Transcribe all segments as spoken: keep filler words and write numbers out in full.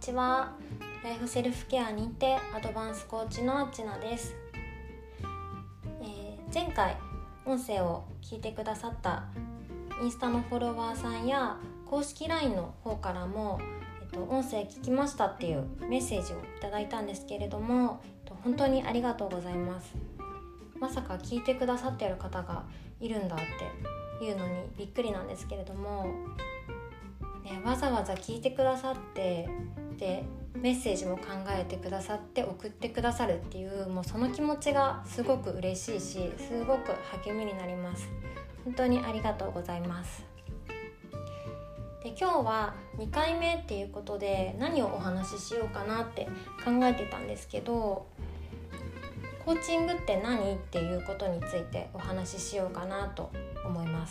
ちは。ライフセルフケア認定アドバンスコーチのちなです。えー、前回音声を聞いてくださったインスタのフォロワーさんや公式 ライン の方からも、えっと、音声聞きましたっていうメッセージをいただいたんですけれども、えっと、本当にありがとうございます。まさか聞いてくださっている方がいるんだっていうのにびっくりなんですけれども、ね、わざわざ聞いてくださってでメッセージも考えてくださって送ってくださるっていう、もうその気持ちがすごく嬉しいし、すごく励みになります。本当にありがとうございます。で、今日はにかいめっていうことで何をお話ししようかなって考えてたんですけど、コーチングって何っていうことについてお話ししようかなと思います。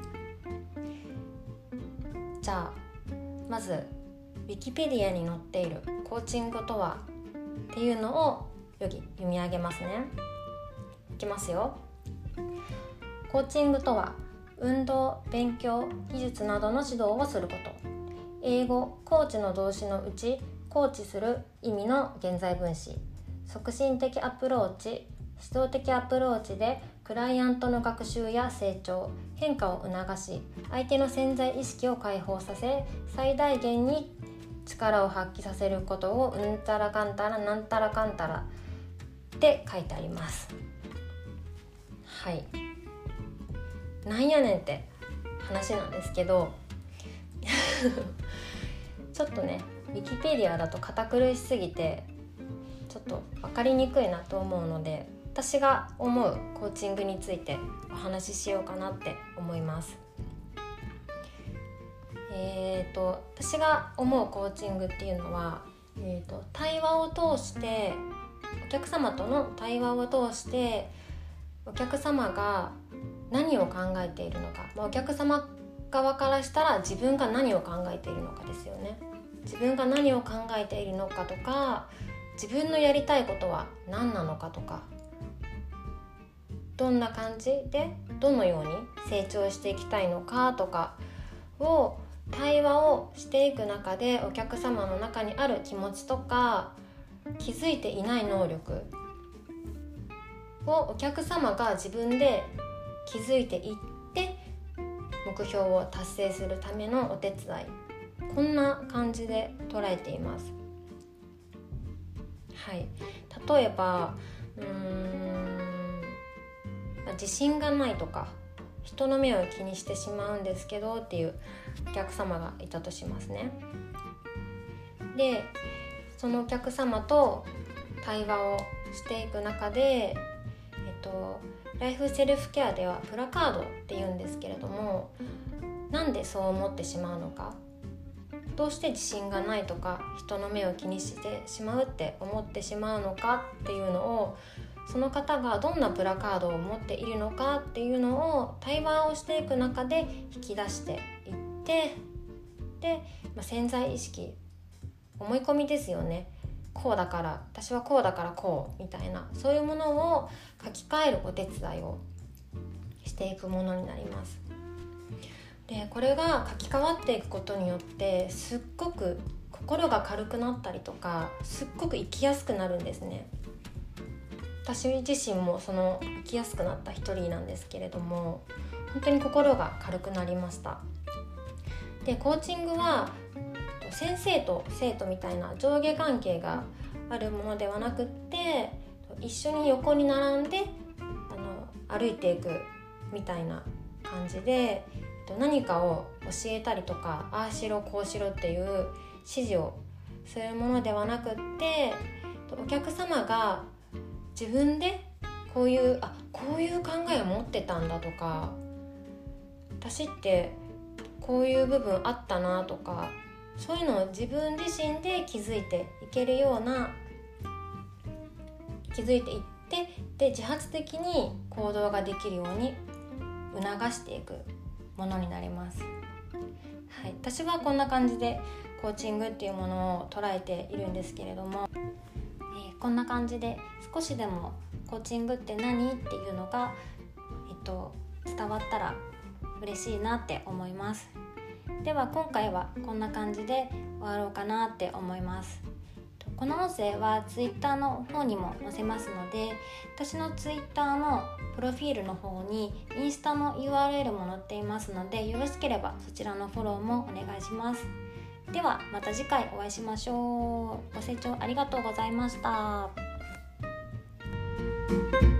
じゃあまずウィキペディアに載っているコーチングとはっていうのを読み上げますね。いきますよ。コーチングとは運動、勉強、技術などの指導をすること。英語、コーチの動詞のうちコーチする意味の現在分詞。促進的アプローチ、指導的アプローチでクライアントの学習や成長、変化を促し、相手の潜在意識を解放させ、最大限に力を発揮させることをうんたらかんたらなんたらかんたらって書いてあります。はい。なんやねんって話なんですけどちょっとね、ウィキペディアだと堅苦しすぎてちょっと分かりにくいなと思うので、私が思うコーチングについてお話ししようかなって思います。えーと、私が思うコーチングっていうのは、えーと、対話を通してお客様との対話を通してお客様が何を考えているのか、まあ、お客様側からしたら自分が何を考えているのかですよね。自分が何を考えているのかとか、自分のやりたいことは何なのかとか、どんな感じでどのように成長していきたいのかとかを対話をしていく中で、お客様の中にある気持ちとか気づいていない能力をお客様が自分で気づいていって目標を達成するためのお手伝い、こんな感じで捉えています。はい。例えばうーん、まあ、自信がないとか人の目を気にしてしまうんですけどっていうお客様がいたとしますね。で、そのお客様と対話をしていく中で、えっと、ライフセルフケアではプラカードって言うんですけれども、なんでそう思ってしまうのか、どうして自信がないとか人の目を気にしてしまうって思ってしまうのかっていうのを、その方がどんなプラカードを持っているのかっていうのを対話をしていく中で引き出していって、で、まあ、潜在意識、思い込みですよね。こうだから、私はこうだからこうみたいな、そういうものを書き換えるお手伝いをしていくものになります。で、これが書き換わっていくことによってすっごく心が軽くなったりとか、すっごく生きやすくなるんですね。私自身もその生きやすくなった一人なんですけれども、本当に心が軽くなりました。で、コーチングは先生と生徒みたいな上下関係があるものではなくって、一緒に横に並んであの歩いていくみたいな感じで、何かを教えたりとか、ああしろこうしろっていう指示をするものではなくって、お客様が自分でこういうあこういう考えを持ってたんだとか、私ってこういう部分あったなとか、そういうのを自分自身で気づいていけるような、気づいていって、で自発的に行動ができるように促していくものになります。はい、私はこんな感じでコーチングっていうものを捉えているんですけれども、えー、こんな感じで少しでもコーチングって何っていうのが、えっと、伝わったら嬉しいなって思います。 では今回はこんな感じで終わろうかなって思います。この音声は Twitter の方にも載せますので、私の Twitter のプロフィールの方にインスタの ユーアールエルも載っていますので、よろしければそちらのフォローもお願いします。ではまた次回お会いしましょう。ご清聴ありがとうございました。